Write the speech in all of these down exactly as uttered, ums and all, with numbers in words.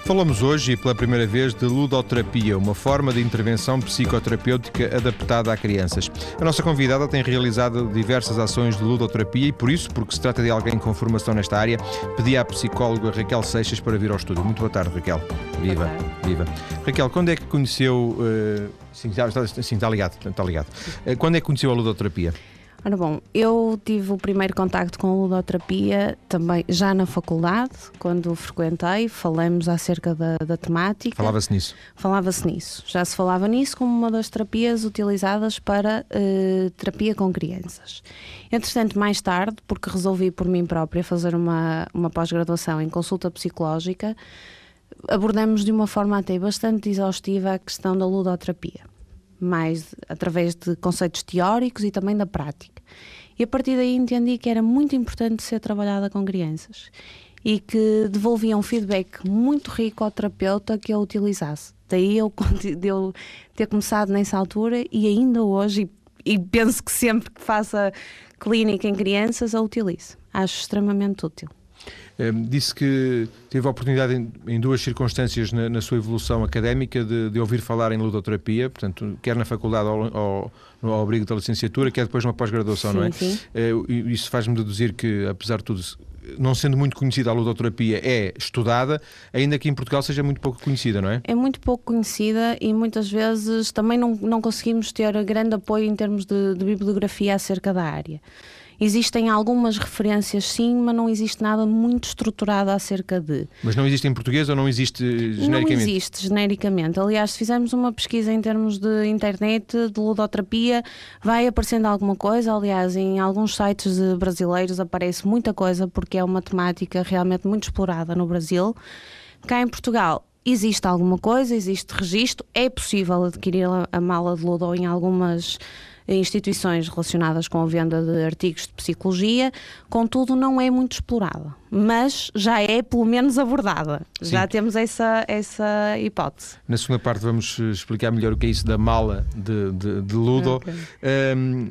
Falamos hoje e pela primeira vez de ludoterapia, uma forma de intervenção psicoterapêutica adaptada a crianças. A nossa convidada tem realizado diversas ações de ludoterapia e por isso, porque se trata de alguém com formação nesta área, pedi à psicóloga Raquel Seixas para vir ao estúdio. Muito boa tarde, Raquel. Viva, viva. Raquel, quando é que conheceu... Uh, sim, está, sim, está ligado, está ligado. Uh, quando é que conheceu a ludoterapia? Ora bom, eu tive o primeiro contacto com a ludoterapia também já na faculdade, quando frequentei, falamos acerca da, da temática. Falava-se nisso? Falava-se nisso. Já se falava nisso como uma das terapias utilizadas para uh, terapia com crianças. Entretanto, mais tarde, porque resolvi por mim própria fazer uma, uma pós-graduação em consulta psicológica, abordamos de uma forma até bastante exaustiva a questão da ludoterapia, mais através de conceitos teóricos e também da prática. E a partir daí entendi que era muito importante ser trabalhada com crianças e que devolvia um feedback muito rico ao terapeuta que eu utilizasse. Daí eu, eu ter começado nessa altura e ainda hoje, e, e penso que sempre que faça clínica em crianças, a utilizo. Acho extremamente útil. Um, disse que teve a oportunidade em, em duas circunstâncias na, na sua evolução académica de, de ouvir falar em ludoterapia, portanto, quer na faculdade ou, ou no ao abrigo da licenciatura, quer depois numa pós-graduação, não é? Sim. Uh, isso faz-me deduzir que, apesar de tudo, não sendo muito conhecida a ludoterapia, é estudada, ainda que em Portugal seja muito pouco conhecida, não é? É muito pouco conhecida e muitas vezes também não, não conseguimos ter grande apoio em termos de, de bibliografia acerca da área. Existem algumas referências, sim, mas não existe nada muito estruturado acerca de... Mas não existe em português ou não existe genericamente? Não existe genericamente. Aliás, se fizermos uma pesquisa em termos de internet, de ludoterapia, vai aparecendo alguma coisa. Aliás, em alguns sites brasileiros aparece muita coisa, porque é uma temática realmente muito explorada no Brasil. Cá em Portugal existe alguma coisa, existe registro, é possível adquirir a mala de ludo em algumas instituições relacionadas com a venda de artigos de psicologia, contudo não é muito explorada, mas já é pelo menos abordada. Sim. Já temos essa, essa hipótese. Na segunda parte vamos explicar melhor o que é isso da mala de, de, de ludo. Okay. Um,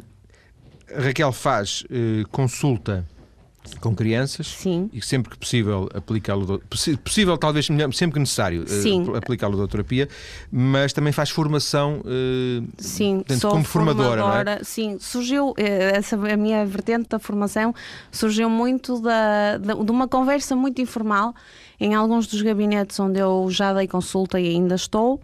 Raquel faz uh, consulta com crianças. Sim. E sempre que possível aplica a ludoterapia, possível talvez sempre que necessário uh, aplica a ludoterapia, mas também faz formação uh, sim, tanto sou como formadora, formadora, não é? Sim, surgiu, essa, a minha vertente da formação surgiu muito da, da, de uma conversa muito informal em alguns dos gabinetes onde eu já dei consulta e ainda estou.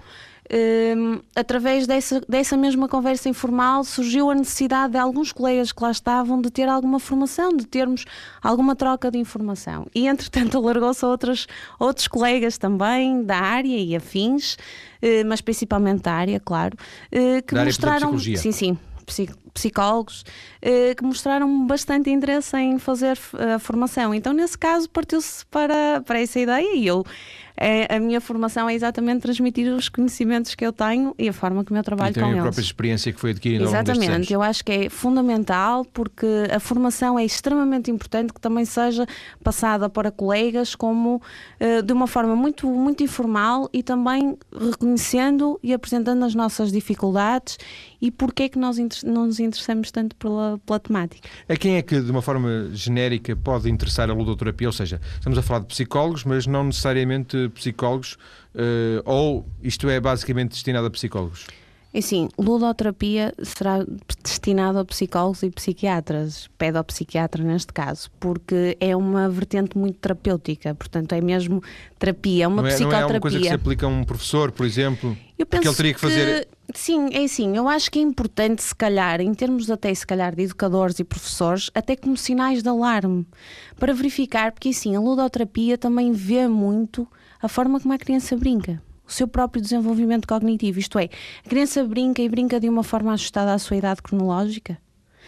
Um, através dessa, dessa mesma conversa informal surgiu a necessidade de alguns colegas que lá estavam de ter alguma formação, de termos alguma troca de informação e entretanto alargou-se a outros, outros colegas também da área e afins, uh, mas principalmente da área, claro, uh, que da mostraram, área de sim, sim, psicólogos, uh, que mostraram bastante interesse em fazer a formação. Então nesse caso partiu-se para, para essa ideia e eu É, a minha formação é exatamente transmitir os conhecimentos que eu tenho e a forma como eu trabalho com eles. E também a própria experiência que foi adquirida ao longo destes anos. Exatamente, eu acho que é fundamental porque a formação é extremamente importante que também seja passada para colegas como uh, de uma forma muito, muito informal e também reconhecendo e apresentando as nossas dificuldades e porque é que nós não nos interessamos tanto pela, pela temática. A quem é que de uma forma genérica pode interessar a ludoterapia? Ou seja, estamos a falar de psicólogos, mas não necessariamente psicólogos, uh, ou isto é basicamente destinado a psicólogos? É sim, ludoterapia será destinada a psicólogos e psiquiatras, pedopsiquiatra neste caso, porque é uma vertente muito terapêutica, portanto é mesmo terapia, é uma não é, psicoterapia. Não é uma coisa que se aplica a um professor, por exemplo, eu penso que ele teria que fazer... Que, sim, é assim, eu acho que é importante se calhar, em termos até se calhar de educadores e professores, até como sinais de alarme, para verificar, porque assim, a ludoterapia também vê muito a forma como a criança brinca. O seu próprio desenvolvimento cognitivo, isto é, a criança brinca e brinca de uma forma ajustada à sua idade cronológica.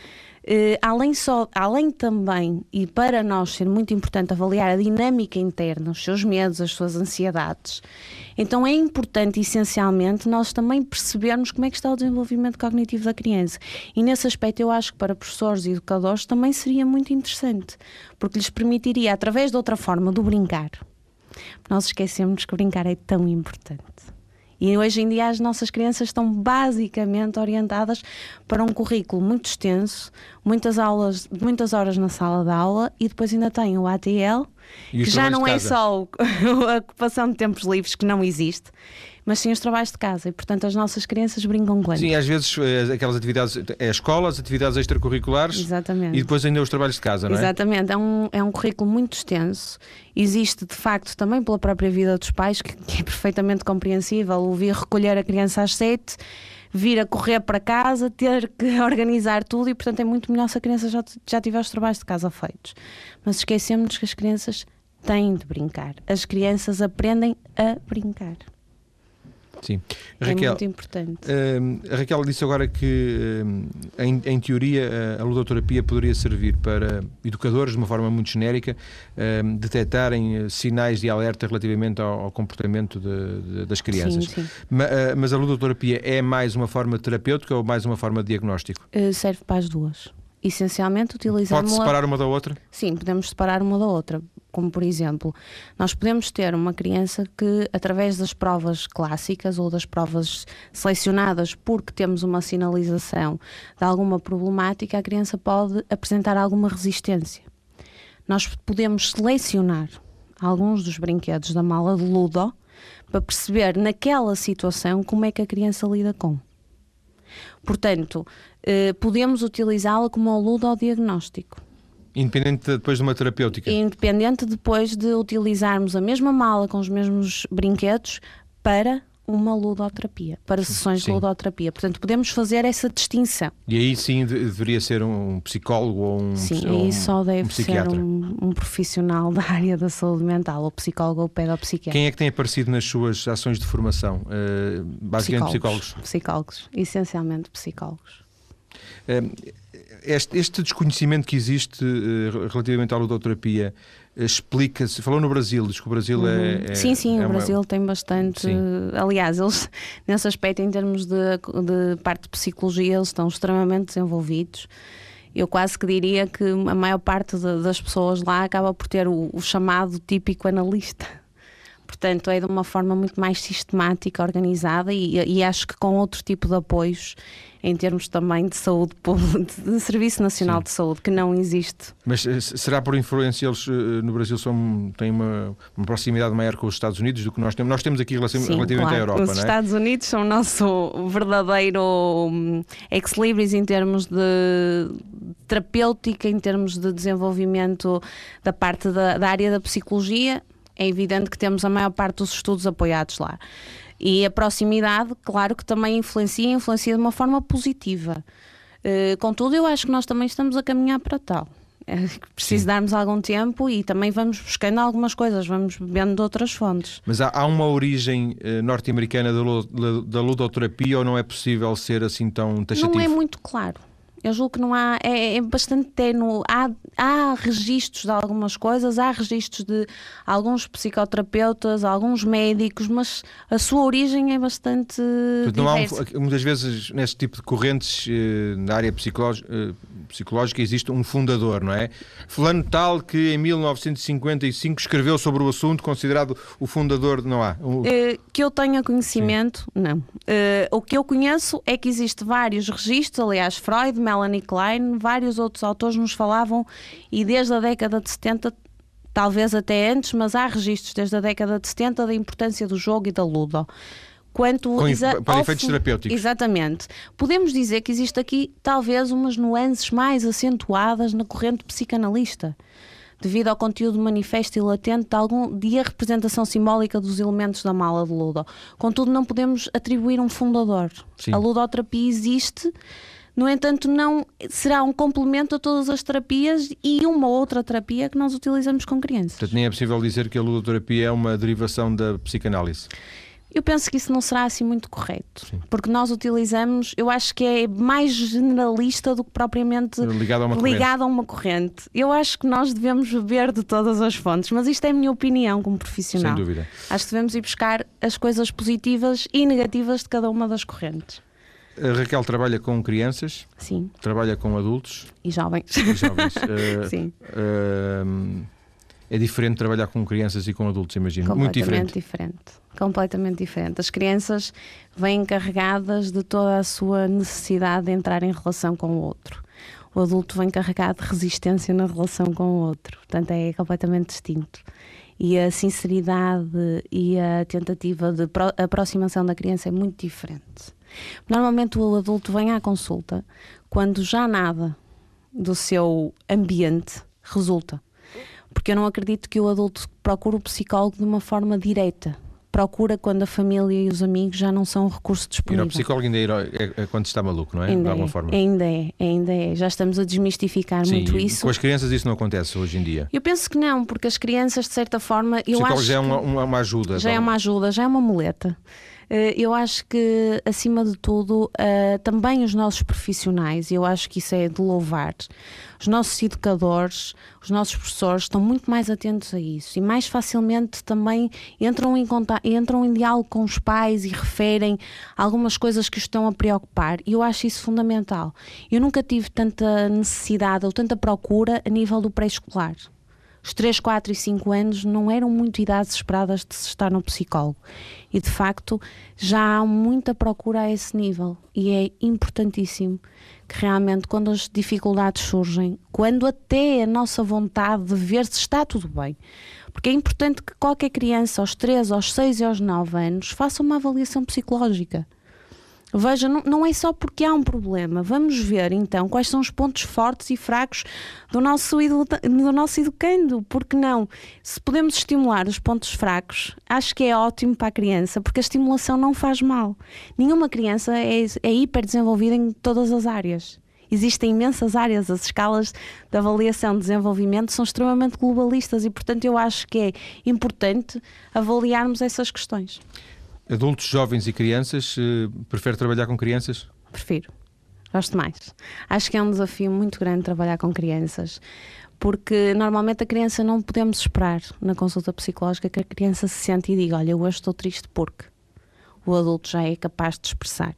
Uh, além, só, além também, e para nós ser muito importante avaliar a dinâmica interna, os seus medos, as suas ansiedades, então é importante, essencialmente, nós também percebermos como é que está o desenvolvimento cognitivo da criança. E nesse aspecto eu acho que para professores e educadores também seria muito interessante, porque lhes permitiria, através de outra forma do brincar, nós esquecemos que brincar é tão importante. E hoje em dia as nossas crianças estão basicamente orientadas para um currículo muito extenso, muitas aulas, muitas horas na sala de aula e depois ainda tem o A T L, que já não é só o, a ocupação de tempos livres, que não existe, mas sim os trabalhos de casa, e portanto as nossas crianças brincam quanto? Sim, às vezes aquelas atividades, é a escola, as atividades extracurriculares. Exatamente. E depois ainda os trabalhos de casa, não é? Exatamente, é um, é um currículo muito extenso, existe de facto também pela própria vida dos pais, que, que é perfeitamente compreensível, o vir recolher a criança às sete, vir a correr para casa, ter que organizar tudo, e portanto é muito melhor se a criança já, já tiver os trabalhos de casa feitos. Mas esquecemos que as crianças têm de brincar, as crianças aprendem a brincar. Sim. É Raquel, muito importante. Uh, a Raquel disse agora que, uh, em, em teoria, a, a ludoterapia poderia servir para educadores, de uma forma muito genérica, uh, detectarem sinais de alerta relativamente ao, ao comportamento de, de, das crianças. Sim, sim. Ma, uh, mas a ludoterapia é mais uma forma terapêutica ou mais uma forma de diagnóstico? Uh, serve para as duas. Essencialmente utilizamos... Pode separar uma da outra? Sim, podemos separar uma da outra. Como, por exemplo, nós podemos ter uma criança que, através das provas clássicas ou das provas selecionadas, porque temos uma sinalização de alguma problemática, a criança pode apresentar alguma resistência. Nós podemos selecionar alguns dos brinquedos da mala de Ludo para perceber, naquela situação, como é que a criança lida com. Portanto, eh, podemos utilizá-la como um ludodiagnóstico. Independente depois de uma terapêutica? Independente depois de utilizarmos a mesma mala com os mesmos brinquedos para uma ludoterapia, para sim, sessões sim. de ludoterapia. Portanto, podemos fazer essa distinção. E aí sim deveria ser um psicólogo ou um Sim, ou aí um, só deve um psiquiatra. ser um, um profissional da área da saúde mental, ou psicólogo ou pedopsiquiatra. Quem é que tem aparecido nas suas ações de formação? Uh, basicamente psicólogos. Psicólogos, psicólogos, essencialmente psicólogos. Uh, este, este desconhecimento que existe uh, relativamente à ludoterapia uh, explica-se, falou no Brasil, diz que o Brasil uhum. é, é... Sim, sim, é o uma... Brasil tem bastante... Sim. Aliás, eles, nesse aspecto, em termos de, de parte de psicologia, eles estão extremamente desenvolvidos. Eu quase que diria que a maior parte de, das pessoas lá acaba por ter o, o chamado típico analista. Portanto, é de uma forma muito mais sistemática, organizada, e, e acho que com outro tipo de apoios, em termos também de saúde pública, de Serviço Nacional Sim. de Saúde, que não existe. Mas será por influência, eles no Brasil são, têm uma, uma proximidade maior com os Estados Unidos do que nós temos? Nós temos aqui relativamente Sim, claro. à Europa, os não é? Os Estados Unidos são o nosso verdadeiro um, ex-libris em termos de terapêutica, em termos de desenvolvimento da parte da, da área da psicologia. É evidente que temos a maior parte dos estudos apoiados lá. E a proximidade, claro que também influencia, influencia de uma forma positiva. Uh, contudo, eu acho que nós também estamos a caminhar para tal. É preciso Sim. darmos algum tempo e também vamos buscando algumas coisas, vamos bebendo de outras fontes. Mas há, há uma origem uh, norte-americana da, da ludoterapia ou não é possível ser assim tão taxativo? Não é muito claro. Eu julgo que não há, é, é bastante ténue. Há, há registros de algumas coisas, há registros de alguns psicoterapeutas, alguns médicos, mas a sua origem é bastante Portanto, não há diversa. Um, muitas vezes, nesse tipo de correntes, eh, na área psicológica, eh, psicológica, existe um fundador, não é? Fulano tal que em mil novecentos e cinquenta e cinco escreveu sobre o assunto, considerado o fundador, não há? O... Uh, que eu tenha conhecimento, Sim. não. Uh, o que eu conheço é que existe vários registros, aliás, Freud, Melanie Klein, vários outros autores nos falavam, e desde a década de setenta, talvez até antes, mas há registros desde a década de setenta da importância do jogo e da ludo. Quanto Com, para efeitos ao, terapêuticos. Exatamente. Podemos dizer que existe aqui talvez umas nuances mais acentuadas na corrente psicanalista, devido ao conteúdo manifesto e latente de, algum, de a representação simbólica dos elementos da mala de ludo. Contudo, não podemos atribuir um fundador. Sim. A ludoterapia existe, no entanto, não será um complemento a todas as terapias e uma outra terapia que nós utilizamos com crianças. Portanto, nem é possível dizer que a ludoterapia é uma derivação da psicanálise. Eu penso que isso não será assim muito correto, Sim. porque nós utilizamos, eu acho que é mais generalista do que propriamente ligado a uma ligado corrente. a uma corrente. Eu acho que nós devemos beber de todas as fontes, mas isto é a minha opinião como profissional. Sem dúvida. Acho que devemos ir buscar as coisas positivas e negativas de cada uma das correntes. A Raquel trabalha com crianças, Sim. trabalha com adultos E jovens. e jovens. uh, Sim. Uh, é diferente trabalhar com crianças e com adultos, imagino. Muito diferente. diferente. Completamente diferente. As crianças vêm carregadas de toda a sua necessidade de entrar em relação com o outro. O adulto vem carregado de resistência na relação com o outro, portanto é completamente distinto. E a sinceridade e a tentativa de aproximação da criança é muito diferente. Normalmente o adulto vem à consulta quando já nada do seu ambiente resulta. Porque eu não acredito que o adulto procure o psicólogo de uma forma direta. Procura quando a família e os amigos já não são um recurso disponível. Ir ao psicólogo ainda é, é quando está maluco, não é? Ainda de alguma é, forma. Ainda é, ainda é. Já estamos a desmistificar Sim, muito isso. Com as crianças isso não acontece hoje em dia. Eu penso que não, porque as crianças, de certa forma, eu psicólogo acho já é uma, que uma, uma ajuda. já então. é uma ajuda, já é uma muleta. Eu acho que, acima de tudo, também os nossos profissionais, eu acho que isso é de louvar, os nossos educadores, os nossos professores estão muito mais atentos a isso e mais facilmente também entram em, contato, entram em diálogo com os pais e referem algumas coisas que os estão a preocupar, e eu acho isso fundamental. Eu nunca tive tanta necessidade ou tanta procura a nível do pré-escolar. Os três, quatro e cinco anos não eram muito idades esperadas de se estar no psicólogo. E, de facto, já há muita procura a esse nível. E é importantíssimo que realmente, quando as dificuldades surgem, quando até a nossa vontade de ver se está tudo bem, porque é importante que qualquer criança aos três, aos seis e aos nove anos faça uma avaliação psicológica. Veja, não, não é só porque há um problema. Vamos ver então quais são os pontos fortes e fracos do nosso, edu, do nosso educando. Porque não? Se podemos estimular os pontos fracos, acho que é ótimo para a criança, porque a estimulação não faz mal. Nenhuma criança é, é hiperdesenvolvida em todas as áreas. Existem imensas áreas, as escalas de avaliação de desenvolvimento são extremamente globalistas e, portanto, eu acho que é importante avaliarmos essas questões. Adultos, jovens e crianças, eh, prefere trabalhar com crianças? Prefiro. Gosto mais. Acho que é um desafio muito grande trabalhar com crianças, porque normalmente a criança não podemos esperar na consulta psicológica que a criança se sente e diga: olha, eu hoje estou triste porque o adulto já é capaz de expressar.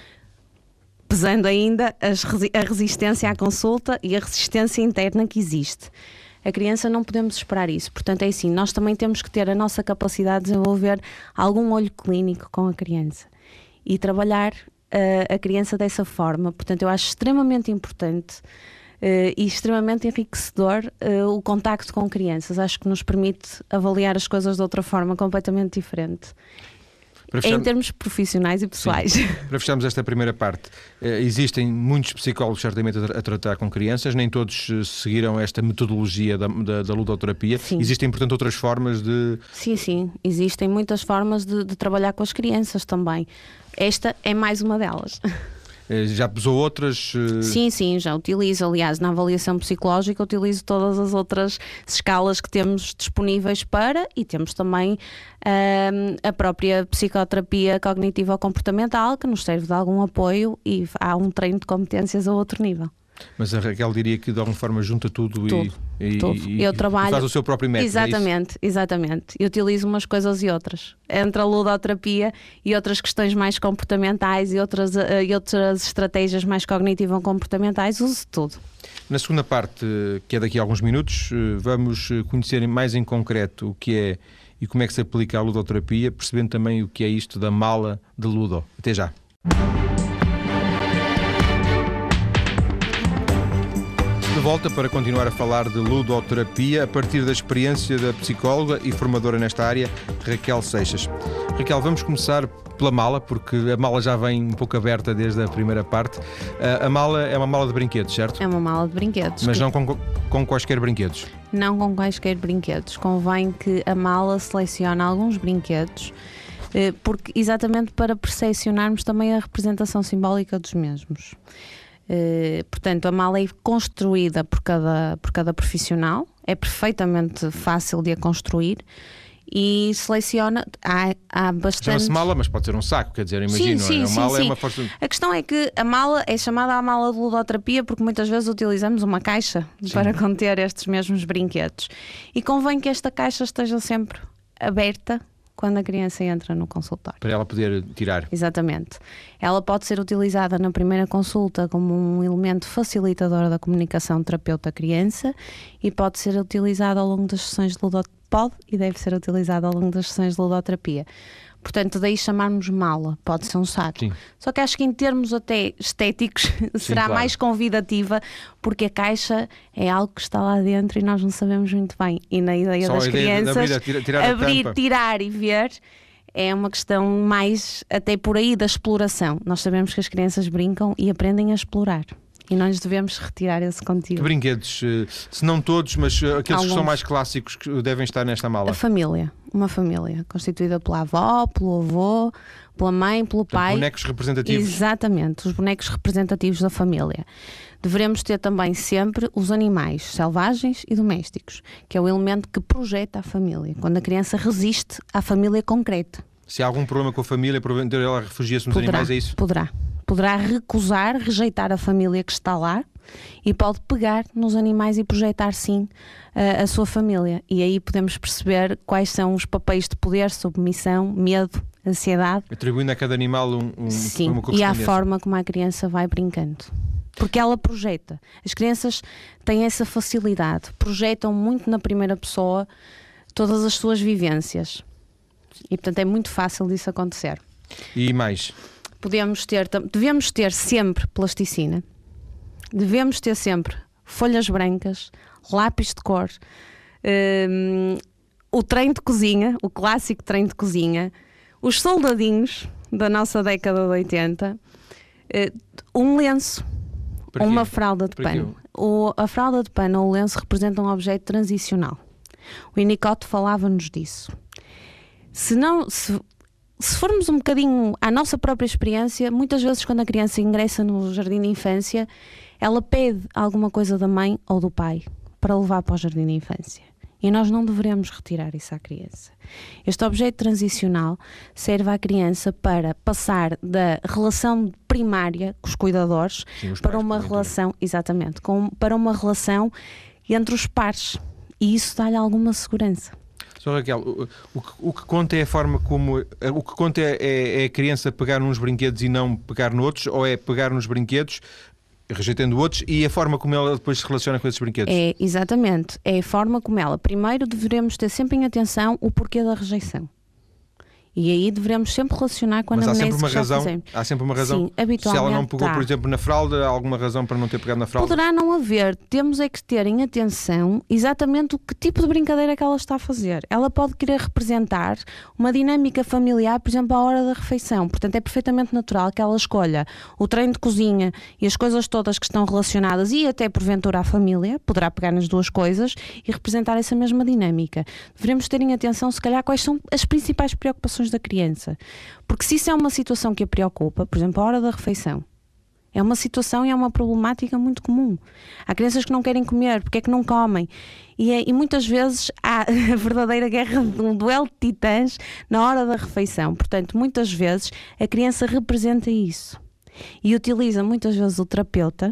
Pesando ainda as, a resistência à consulta e a resistência interna que existe. A criança não podemos esperar isso. Portanto, é assim, nós também temos que ter a nossa capacidade de desenvolver algum olho clínico com a criança e trabalhar uh, a criança dessa forma. Portanto, eu acho extremamente importante uh, e extremamente enriquecedor uh, o contacto com crianças. Acho que nos permite avaliar as coisas de outra forma completamente diferente. Fechar... Em termos profissionais e pessoais. Sim. Para fecharmos esta primeira parte, eh, existem muitos psicólogos certamente a, tra a tratar com crianças, nem todos eh, seguiram esta metodologia da, da, da ludoterapia. Sim. Existem, portanto, outras formas de... Sim, sim. Existem muitas formas de, de trabalhar com as crianças também. Esta é mais uma delas. Já pesou outras? Sim, sim, já utilizo. Aliás, na avaliação psicológica utilizo todas as outras escalas que temos disponíveis para, e temos também hum, a própria psicoterapia cognitivo-comportamental, que nos serve de algum apoio, e há um treino de competências a outro nível. Mas a Raquel diria que de alguma forma junta tudo, tudo e, e, tudo. e, Eu trabalho... e faz o seu próprio método. Exatamente, é exatamente. Eu utilizo umas coisas e outras. Entre a ludoterapia e outras questões mais comportamentais e outras, e outras estratégias mais cognitivo-comportamentais, uso tudo. Na segunda parte, que é daqui a alguns minutos, vamos conhecer mais em concreto o que é e como é que se aplica a ludoterapia, percebendo também o que é isto da mala de ludo. Até já. De volta para continuar a falar de ludoterapia a partir da experiência da psicóloga e formadora nesta área, Raquel Seixas. Raquel, vamos começar pela mala, porque a mala já vem um pouco aberta desde a primeira parte. A mala é uma mala de brinquedos, certo? É uma mala de brinquedos. Mas que... não com, com quaisquer brinquedos? Não com quaisquer brinquedos. Convém que a mala selecione alguns brinquedos, porque, exatamente para percepcionarmos também a representação simbólica dos mesmos. Uh, portanto, a mala é construída por cada, por cada profissional, é perfeitamente fácil de a construir e seleciona. Há, há bastante. Chama-se mala, mas pode ser um saco, quer dizer, imagino. Sim, sim, é? sim, mala sim. É uma força... A questão é que a mala é chamada a mala de ludoterapia porque muitas vezes utilizamos uma caixa sim. para conter estes mesmos brinquedos. E convém que esta caixa esteja sempre aberta quando a criança entra no consultório. Para ela poder tirar. Exatamente. Ela pode ser utilizada na primeira consulta como um elemento facilitador da comunicação terapeuta-criança e pode ser utilizada ao longo das sessões de ludoterapia. Pode e deve ser utilizada ao longo das sessões de ludoterapia. Portanto, daí chamarmos mala, pode ser um saco. Sim. Só que acho que em termos até estéticos será claro. mais convidativa, porque a caixa é algo que está lá dentro e nós não sabemos muito bem. E na ideia Só das a ideia de crianças, abrir, tirar, tirar abrir, a tampa. tirar e ver é uma questão mais até por aí da exploração. Nós sabemos que as crianças brincam e aprendem a explorar. E nós devemos retirar esse Que conteúdo. brinquedos, eh, se não todos, mas eh, aqueles que Alguns. são mais clássicos que devem estar nesta mala? A família, uma família constituída pela avó, pelo avô, pela mãe, pelo Portanto, pai. bonecos representativos. Exatamente, os bonecos representativos da família. Devemos ter também sempre os animais selvagens e domésticos, que é o elemento que projeta a família, quando a criança resiste à família concreta. Se há algum problema com a família, porventura ela refugia-se nos Poderá, animais, é isso? Poderá. Poderá recusar, rejeitar a família que está lá e pode pegar nos animais e projetar sim a, a sua família. E aí podemos perceber quais são os papéis de poder, submissão, medo, ansiedade. Atribuindo a cada animal um, um, Sim, uma e a correspondência. forma como a criança vai brincando. Porque ela projeta. As crianças têm essa facilidade, projetam muito na primeira pessoa todas as suas vivências. E portanto é muito fácil disso acontecer. E mais? Podemos ter, devemos ter sempre plasticina, devemos ter sempre folhas brancas, lápis de cor, um, o trem de cozinha, o clássico trem de cozinha, os soldadinhos da nossa década de oitenta, uh, um lenço, Para quê? uma fralda de Para pano. quê? O, a fralda de pano ou o lenço representa um objeto transicional. O Winnicott falava-nos disso. Se não... Se, Se formos um bocadinho à nossa própria experiência, muitas vezes quando a criança ingressa no jardim de infância, ela pede alguma coisa da mãe ou do pai para levar para o jardim de infância. E nós não devemos retirar isso à criança. Este objeto transicional serve à criança para passar da relação primária com os cuidadores Sim, os para pais, uma porventura. relação, exatamente, com, para uma relação entre os pares. E isso dá-lhe alguma segurança. Só Raquel, o, o, que- o que conta é a forma como. O que conta é, é- é a criança pegar nos brinquedos e não pegar noutros, ou é pegar nos brinquedos, rejeitando outros, e a forma como ela depois se relaciona com esses brinquedos? É, exatamente. É a forma como ela. Primeiro devemos ter sempre em atenção o porquê da rejeição. E aí devemos sempre relacionar com a Mas há anamnese sempre uma que já razão. fizemos. Há sempre uma razão. Sim, habitualmente Se ela não pegou, tá. por exemplo, na fralda, há alguma razão para não ter pegado na fralda? Poderá não haver. Temos é que ter em atenção exatamente o que tipo de brincadeira que ela está a fazer. Ela pode querer representar uma dinâmica familiar, por exemplo, à hora da refeição. Portanto, é perfeitamente natural que ela escolha o trem de cozinha e as coisas todas que estão relacionadas e até porventura a família, poderá pegar nas duas coisas e representar essa mesma dinâmica. Devemos ter em atenção, se calhar, quais são as principais preocupações da criança. Porque se isso é uma situação que a preocupa, por exemplo, a hora da refeição, é uma situação e é uma problemática muito comum. Há crianças que não querem comer, porque é que não comem? E, é, e muitas vezes há a verdadeira guerra de um duelo de titãs na hora da refeição. Portanto, muitas vezes a criança representa isso. E utiliza muitas vezes o terapeuta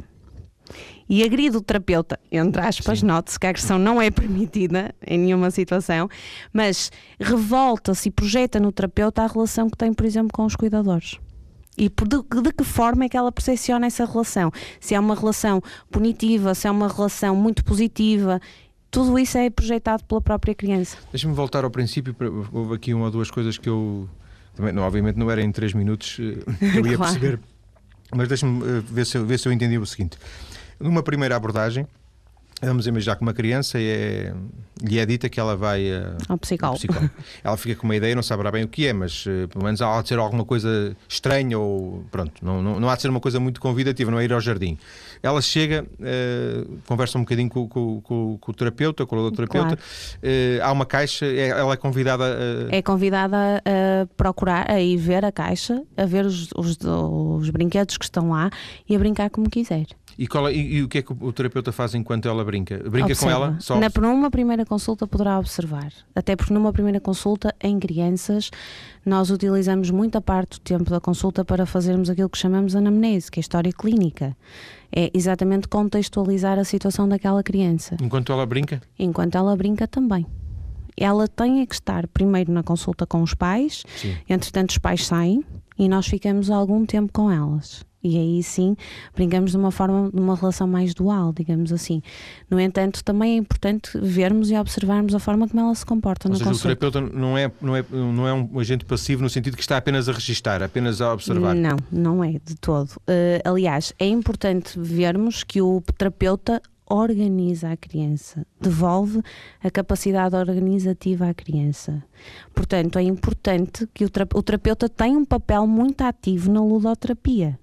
e agride o terapeuta, entre aspas, note-se que a agressão não é permitida em nenhuma situação, mas revolta-se e projeta no terapeuta a relação que tem, por exemplo, com os cuidadores. E por de, de que forma é que ela percepciona essa relação? Se é uma relação punitiva, se é uma relação muito positiva, tudo isso é projetado pela própria criança. Deixa-me voltar ao princípio. para- Houve aqui uma ou duas coisas que eu. Também, não, obviamente não era em três minutos eh, que eu ia Claro. perceber, mas deixa-me eh, ver se, eu- ver se eu entendi o seguinte. Numa primeira abordagem, vamos imaginar que uma criança é, lhe é dita que ela vai eh, Ao psicólogo. ao psicólogo. Ela fica com uma ideia, não saberá bem o que é, mas eh, pelo menos há de ser alguma coisa estranha ou pronto, não, não, não há de ser uma coisa muito convidativa, não é ir ao jardim. Ela chega, eh, conversa um bocadinho com, com- com- com o terapeuta, com o terapeuta, Claro. eh, há uma caixa, é- ela é convidada a. É convidada a procurar, a ir ver a caixa, a ver os, os, os brinquedos que estão lá e a brincar como quiser. E, qual é- e- e o que é que o terapeuta faz enquanto ela brinca? Brinca com Observa. ela? Só... Na, numa primeira consulta poderá observar. Até porque numa primeira consulta, em crianças, nós utilizamos muita parte do tempo da consulta para fazermos aquilo que chamamos de anamnese, que é a história clínica. É exatamente contextualizar a situação daquela criança. Enquanto ela brinca? Enquanto ela brinca também. Ela tem é que estar primeiro na consulta com os pais, Sim. entretanto os pais saem, e nós ficamos algum tempo com elas. E aí sim, brincamos de uma forma, de uma relação mais dual, digamos assim. No entanto, também é importante vermos e observarmos a forma como ela se comporta. Ou no seja, consulta. o terapeuta não é, não, é, não é um agente passivo no sentido que está apenas a registar, apenas a observar. Não, não é de todo. Uh, aliás, é importante vermos que o terapeuta organiza a criança, devolve a capacidade organizativa à criança. Portanto, é importante que o, o terapeuta tenha um papel muito ativo na ludoterapia.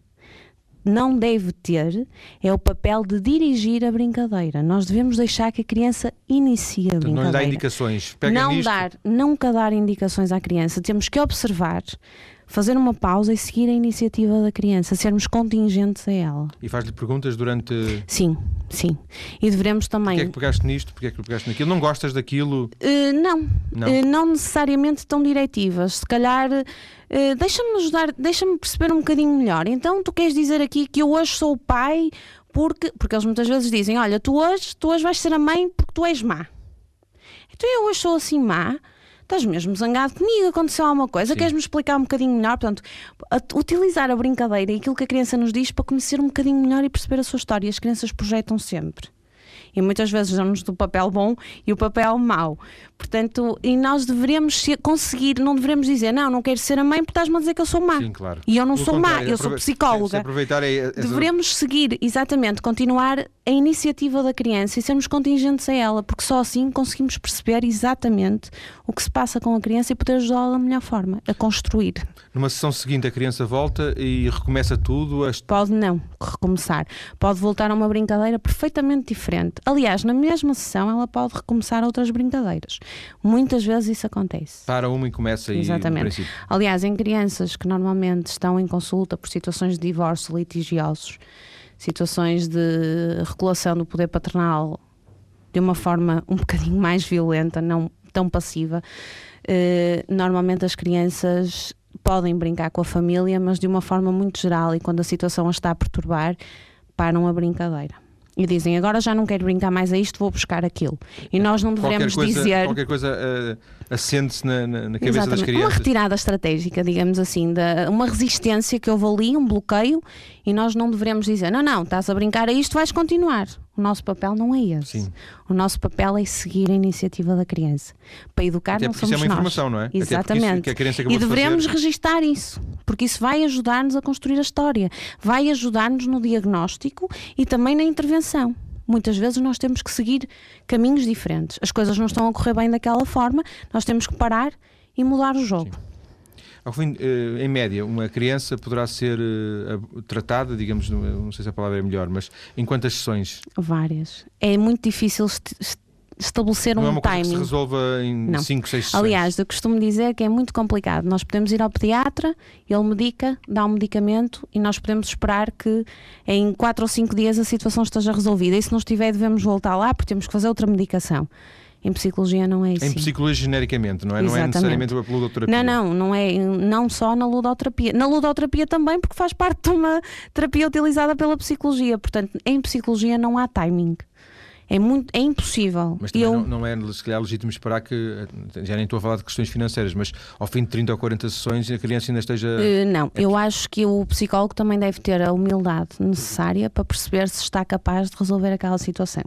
Não deve ter é o papel de dirigir a brincadeira. Nós devemos deixar que a criança inicie a brincadeira. Não lhe dá indicações. Pega não nisto. dar, nunca dar indicações à criança. Temos que observar, fazer uma pausa e seguir a iniciativa da criança, sermos contingentes a ela. E faz-lhe perguntas durante... Sim, sim. E devemos também... Porquê é que pegaste nisto? Porquê é que pegaste naquilo? Não gostas daquilo? Uh, não, não. Uh, não necessariamente tão diretivas. Se calhar, uh, deixa-me ajudar, deixa-me perceber um bocadinho melhor. Então, tu queres dizer aqui que eu hoje sou o pai porque... Porque eles muitas vezes dizem, olha, tu hoje, tu hoje vais ser a mãe porque tu és má. Então eu hoje sou assim má... Estás mesmo zangado comigo, aconteceu alguma coisa, queres-me explicar um bocadinho melhor? Portanto, a, utilizar a brincadeira e aquilo que a criança nos diz para conhecer um bocadinho melhor e perceber a sua história. As crianças projetam sempre. E muitas vezes damos do papel bom e o papel mau. Portanto, e nós deveremos conseguir, não devemos dizer, não, não quero ser a mãe porque estás-me a dizer que eu sou má. Sim, claro. E eu não Pelo sou má, contrário, eu sou psicóloga. Aproveitar essa... Devemos seguir, exatamente, continuar a iniciativa da criança e sermos contingentes a ela, porque só assim conseguimos perceber exatamente o que se passa com a criança e poder ajudá-la da melhor forma, a construir. Numa sessão seguinte a criança volta e recomeça tudo? A... Pode não recomeçar. Pode voltar a uma brincadeira perfeitamente diferente. Aliás, na mesma sessão ela pode recomeçar outras brincadeiras. Muitas vezes isso acontece. Para uma e começa exatamente. E, no princípio. Aliás, em crianças que normalmente estão em consulta por situações de divórcio litigiosos, situações de regulação do poder paternal de uma forma um bocadinho mais violenta, não tão passiva, eh, normalmente as crianças podem brincar com a família, mas de uma forma muito geral, e quando a situação as está a perturbar, param a brincadeira. E dizem, agora já não quero brincar mais a isto, vou buscar aquilo. E nós não devemos qualquer coisa, dizer... Qualquer coisa uh, acende-se na, na, na cabeça Exatamente. das crianças. Uma retirada estratégica, digamos assim, da, uma resistência que houve ali, um bloqueio, e nós não devemos dizer, não, não, estás a brincar a isto, vais continuar. O nosso papel não é esse. Sim. O nosso papel é seguir a iniciativa da criança. Para educar até não somos isso é uma nós. informação, não é? Exatamente. Que a criança acabou e devemos de fazer... registar isso, porque isso vai ajudar-nos a construir a história, vai ajudar-nos no diagnóstico e também na intervenção. Muitas vezes nós temos que seguir caminhos diferentes. As coisas não estão a correr bem daquela forma, nós temos que parar e mudar o jogo. Sim. Ao fim, em média, uma criança poderá ser tratada, digamos, não sei se a palavra é melhor, mas em quantas sessões? Várias. É muito difícil estabelecer não um é uma coisa timing. Que se resolva em cinco, seis sessões. Aliás, eu costumo dizer que é muito complicado. Nós podemos ir ao pediatra, ele medica, dá um medicamento e nós podemos esperar que em quatro ou cinco dias a situação esteja resolvida. E se não estiver, devemos voltar lá porque temos que fazer outra medicação. Em psicologia não é assim. Em psicologia genericamente, não é? Exatamente. Não é necessariamente a ludoterapia. Não, não, não é, não só na ludoterapia. Na ludoterapia também, porque faz parte de uma terapia utilizada pela psicologia. Portanto, em psicologia não há timing. É, muito, é impossível. Mas também eu... não, não é, se calhar, legítimo esperar que, já nem estou a falar de questões financeiras, mas ao fim de trinta ou quarenta sessões a criança ainda esteja... Uh, não, é... eu acho que o psicólogo também deve ter a humildade necessária para perceber se está capaz de resolver aquela situação.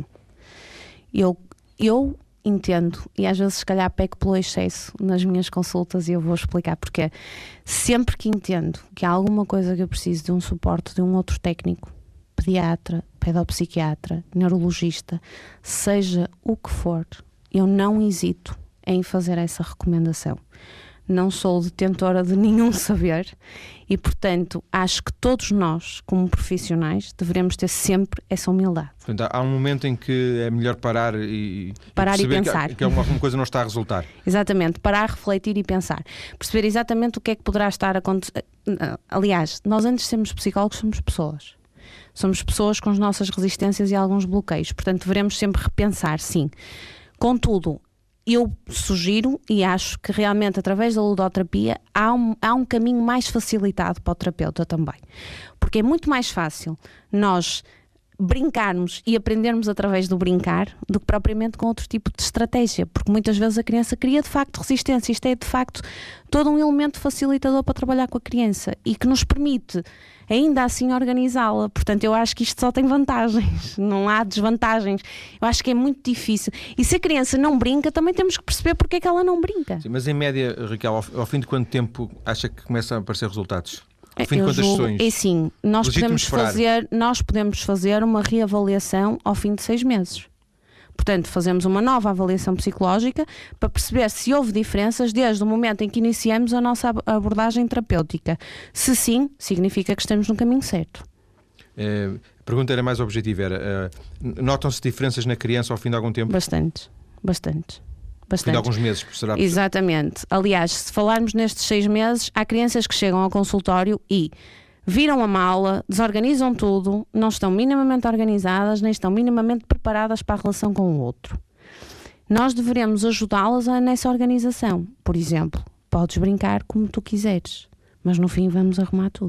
Eu, eu entendo, e às vezes se calhar peco pelo excesso nas minhas consultas e eu vou explicar porque sempre que entendo que há alguma coisa que eu preciso de um suporte de um outro técnico, pediatra, pedopsiquiatra, neurologista, seja o que for, eu não hesito em fazer essa recomendação. Não sou detentora de nenhum saber e, portanto, acho que todos nós, como profissionais, devemos ter sempre essa humildade. Portanto, há um momento em que é melhor parar e, parar e e pensar que, que alguma coisa não está a resultar. Exatamente, parar, refletir e pensar. Perceber exatamente o que é que poderá estar a acontecer. Aliás, nós antes de sermos psicólogos somos pessoas. Somos pessoas com as nossas resistências e alguns bloqueios. Portanto, devemos sempre repensar, sim. Contudo, eu sugiro e acho que realmente através da ludoterapia há um, há um caminho mais facilitado para o terapeuta também. Porque é muito mais fácil nós brincarmos e aprendermos através do brincar do que propriamente com outro tipo de estratégia, porque muitas vezes a criança cria de facto resistência. Isto é de facto todo um elemento facilitador para trabalhar com a criança e que nos permite ainda assim organizá-la. Portanto, eu acho que isto só tem vantagens, não há desvantagens. Eu acho que é muito difícil. E se a criança não brinca, também temos que perceber porque é que ela não brinca. Sim, mas em média, Raquel, ao, ao fim de quanto tempo acha que começam a aparecer resultados? Ao fim eu de quantas julgo, sessões? é sim, nós podemos, fazer, nós podemos fazer uma reavaliação ao fim de seis meses. Portanto, fazemos uma nova avaliação psicológica para perceber se houve diferenças desde o momento em que iniciamos a nossa abordagem terapêutica. Se sim, significa que estamos no caminho certo. É, a pergunta era mais objetiva, era, uh, notam-se diferenças na criança ao fim de algum tempo? Bastante, bastante. Bastante. De alguns meses, será? Exatamente. Aliás, se falarmos nestes seis meses, há crianças que chegam ao consultório e viram a mala, desorganizam tudo, não estão minimamente organizadas, nem estão minimamente preparadas para a relação com o outro. Nós deveremos ajudá-las nessa organização. Por exemplo, podes brincar como tu quiseres, mas no fim vamos arrumar tudo.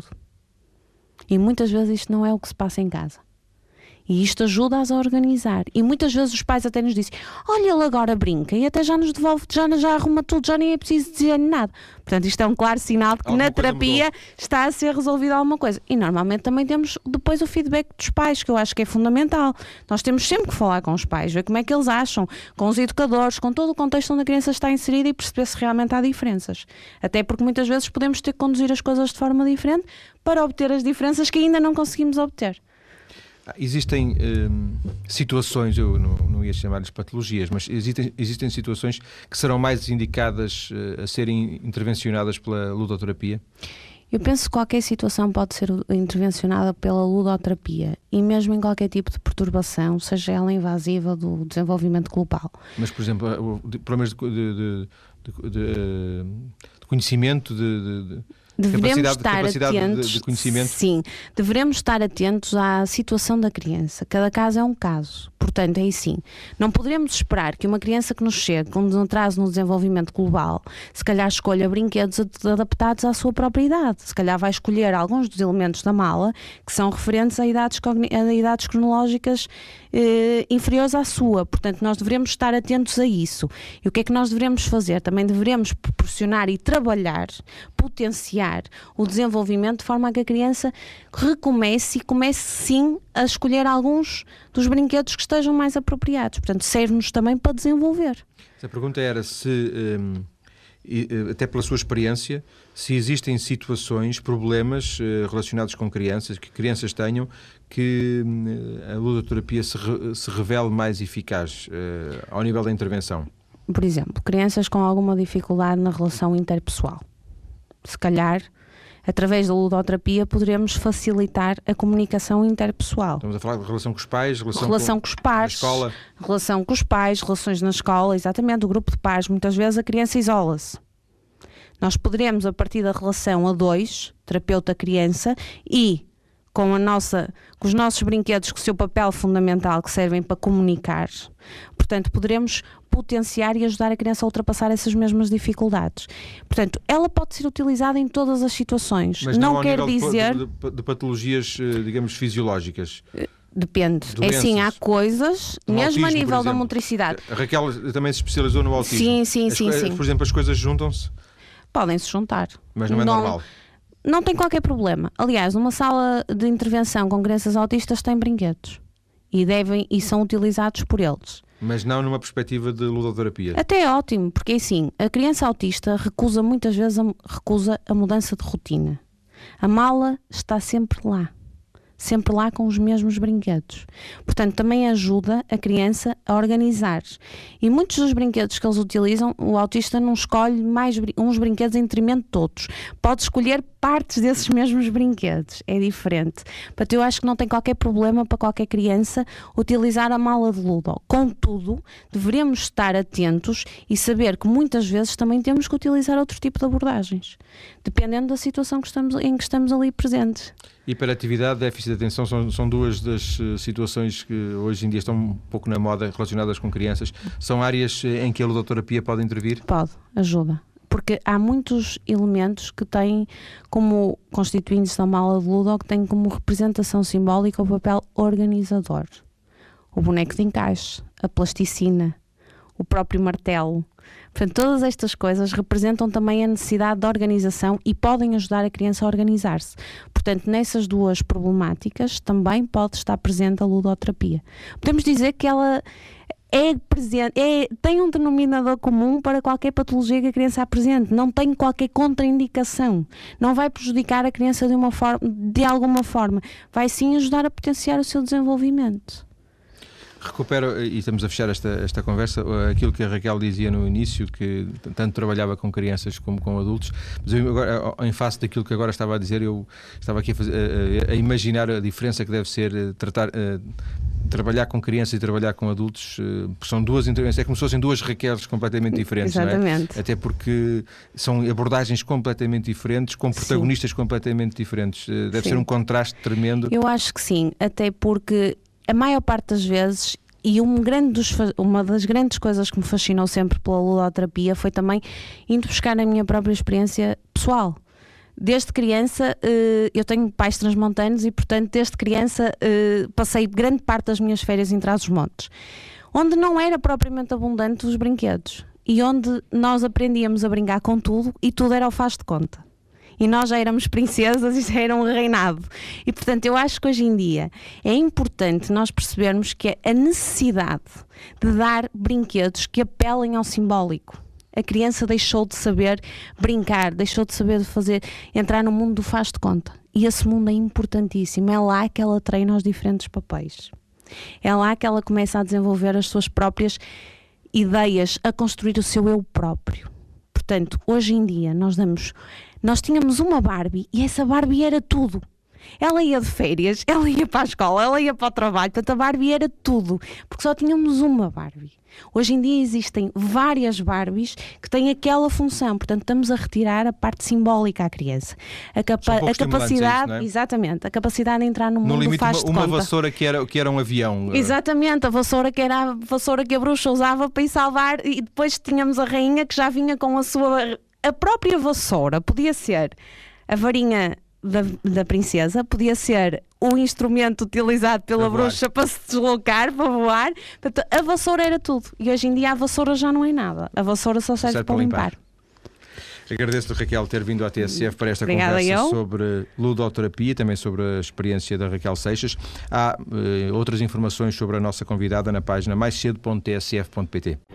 E muitas vezes isto não é o que se passa em casa. E isto ajuda-as a organizar. E muitas vezes os pais até nos dizem: olha, ele agora brinca e até já nos devolve, já, já arruma tudo, já nem é preciso dizer nada. Portanto, isto é um claro sinal de que alguma na terapia mudou. Está a ser resolvida alguma coisa. E normalmente também temos depois o feedback dos pais, que eu acho que é fundamental. Nós temos sempre que falar com os pais, ver como é que eles acham, com os educadores, com todo o contexto onde a criança está inserida e perceber se realmente há diferenças. Até porque muitas vezes podemos ter que conduzir as coisas de forma diferente para obter as diferenças que ainda não conseguimos obter. Existem hum, situações, eu não, não ia chamar-lhes patologias, mas existem, existem situações que serão mais indicadas uh, a serem intervencionadas pela ludoterapia? Eu penso que qualquer situação pode ser intervencionada pela ludoterapia e mesmo em qualquer tipo de perturbação, seja ela invasiva do desenvolvimento global. Mas, por exemplo, problemas de, de, de, de, de conhecimento, de... de... Devemos capacidade, estar capacidade atentos, de, de conhecimento? Sim, devemos estar atentos à situação da criança. Cada caso é um caso. Portanto, é assim. Não poderemos esperar que uma criança que nos chegue com um atraso no desenvolvimento global, se calhar escolha brinquedos adaptados à sua própria idade. Se calhar vai escolher alguns dos elementos da mala que são referentes a idades, a idades cronológicas eh, inferiores à sua. Portanto, nós devemos estar atentos a isso. E o que é que nós devemos fazer? Também devemos proporcionar e trabalhar, potenciar o desenvolvimento de forma a que a criança recomece e comece sim a escolher alguns dos brinquedos que estejam mais apropriados. Portanto, serve-nos também para desenvolver. A pergunta era se, um, até pela sua experiência, se existem situações, problemas uh, relacionados com crianças, que crianças tenham, que uh, a ludoterapia se, re, se revele mais eficaz uh, ao nível da intervenção. Por exemplo, crianças com alguma dificuldade na relação interpessoal. Se calhar, através da ludoterapia, poderemos facilitar a comunicação interpessoal. Estamos a falar de relação com os pais, relação, relação com, com os pais, escola. Relação com os pais, relações na escola, exatamente, o grupo de pais. Muitas vezes a criança isola-se. Nós poderemos, a partir da relação a dois, terapeuta-criança, e com, a nossa, com os nossos brinquedos, com o seu papel fundamental, que servem para comunicar, portanto, poderemos potenciar e ajudar a criança a ultrapassar essas mesmas dificuldades. Portanto, ela pode ser utilizada em todas as situações. Mas não, não ao quer nível dizer de, de, de patologias, digamos, fisiológicas. Depende. Doenças. É assim, há coisas, no mesmo autismo, a nível da exemplo. motricidade. A Raquel também se especializou no autismo. Sim, sim, as, sim, sim. Por exemplo, as coisas juntam-se? Podem-se juntar. Mas não é não, normal? Não tem qualquer problema. Aliás, uma sala de intervenção com crianças autistas tem brinquedos. E, devem, e são utilizados por eles. Mas não numa perspectiva de ludoterapia. Até é ótimo, porque assim, a criança autista recusa muitas vezes a, recusa a mudança de rotina. A mala está sempre lá. Sempre lá com os mesmos brinquedos. Portanto, também ajuda a criança a organizar. E muitos dos brinquedos que eles utilizam, o autista não escolhe mais uns brinquedos em detrimento de todos. Pode escolher partes desses mesmos brinquedos. É diferente. Portanto, eu acho que não tem qualquer problema para qualquer criança utilizar a mala de Ludo. Contudo, deveremos estar atentos e saber que muitas vezes também temos que utilizar outro tipo de abordagens, dependendo da situação que estamos, em que estamos ali presentes. Hiperatividade, déficit de atenção são, são duas das uh, situações que hoje em dia estão um pouco na moda relacionadas com crianças. São áreas em que a ludoterapia pode intervir? Pode, ajuda. Porque porque há muitos elementos que têm como constituintes da mala de Ludo, que têm como representação simbólica o papel organizador. O boneco de encaixe, a plasticina, o próprio martelo. Portanto, todas estas coisas representam também a necessidade de organização e podem ajudar a criança a organizar-se. Portanto, nessas duas problemáticas também pode estar presente a ludoterapia. Podemos dizer que ela é presente, é, tem um denominador comum para qualquer patologia que a criança apresente, não tem qualquer contraindicação, não vai prejudicar a criança de, uma forma, de alguma forma, vai sim ajudar a potenciar o seu desenvolvimento. Recupero, e estamos a fechar esta, esta conversa, aquilo que a Raquel dizia no início, que tanto trabalhava com crianças como com adultos, mas eu agora, em face daquilo que agora estava a dizer, eu estava aqui a, fazer, a, a imaginar a diferença que deve ser tratar, a, trabalhar com crianças e trabalhar com adultos, porque são duas intervenções, é como se fossem duas Raqueles completamente diferentes. Exatamente. Não é? Até porque são abordagens completamente diferentes, com protagonistas sim. completamente diferentes. Deve sim. ser um contraste tremendo. Eu acho que sim, até porque a maior parte das vezes, e um grande dos, uma das grandes coisas que me fascinou sempre pela ludoterapia foi também indo buscar a minha própria experiência pessoal. Desde criança, eu tenho pais transmontanos e, portanto, desde criança passei grande parte das minhas férias em Trás-os-Montes, onde não era propriamente abundante os brinquedos e onde nós aprendíamos a brincar com tudo e tudo era ao faz de conta. E nós já éramos princesas e já era um reinado. E, portanto, eu acho que hoje em dia é importante nós percebermos que a necessidade de dar brinquedos que apelem ao simbólico. A criança deixou de saber brincar, deixou de saber fazer, entrar no mundo do faz de conta. E esse mundo é importantíssimo. É lá que ela treina os diferentes papéis. É lá que ela começa a desenvolver as suas próprias ideias, a construir o seu eu próprio. Portanto, hoje em dia nós damos... Nós tínhamos uma Barbie e essa Barbie era tudo. Ela ia de férias, ela ia para a escola, ela ia para o trabalho, portanto a Barbie era tudo, porque só tínhamos uma Barbie. Hoje em dia existem várias Barbies que têm aquela função, portanto estamos a retirar a parte simbólica à criança. A, capa a capacidade, isso, não é? Exatamente, a capacidade de entrar no, no mundo limite, faz de uma, conta. Uma vassoura que era, que era um avião. Exatamente, a vassoura que era a vassoura que a bruxa usava para ir salvar, e depois tínhamos a rainha que já vinha com a sua... A própria vassoura podia ser a varinha da, da princesa, podia ser o instrumento utilizado pela para bruxa para se deslocar, para voar. Portanto, a vassoura era tudo. E hoje em dia a vassoura já não é nada. A vassoura só serve, serve para limpar. limpar. Agradeço-te, Raquel, ter vindo à T S F para esta Obrigada conversa eu. sobre ludoterapia, também sobre a experiência da Raquel Seixas. Há uh, outras informações sobre a nossa convidada na página mais cedo ponto t s f ponto p t.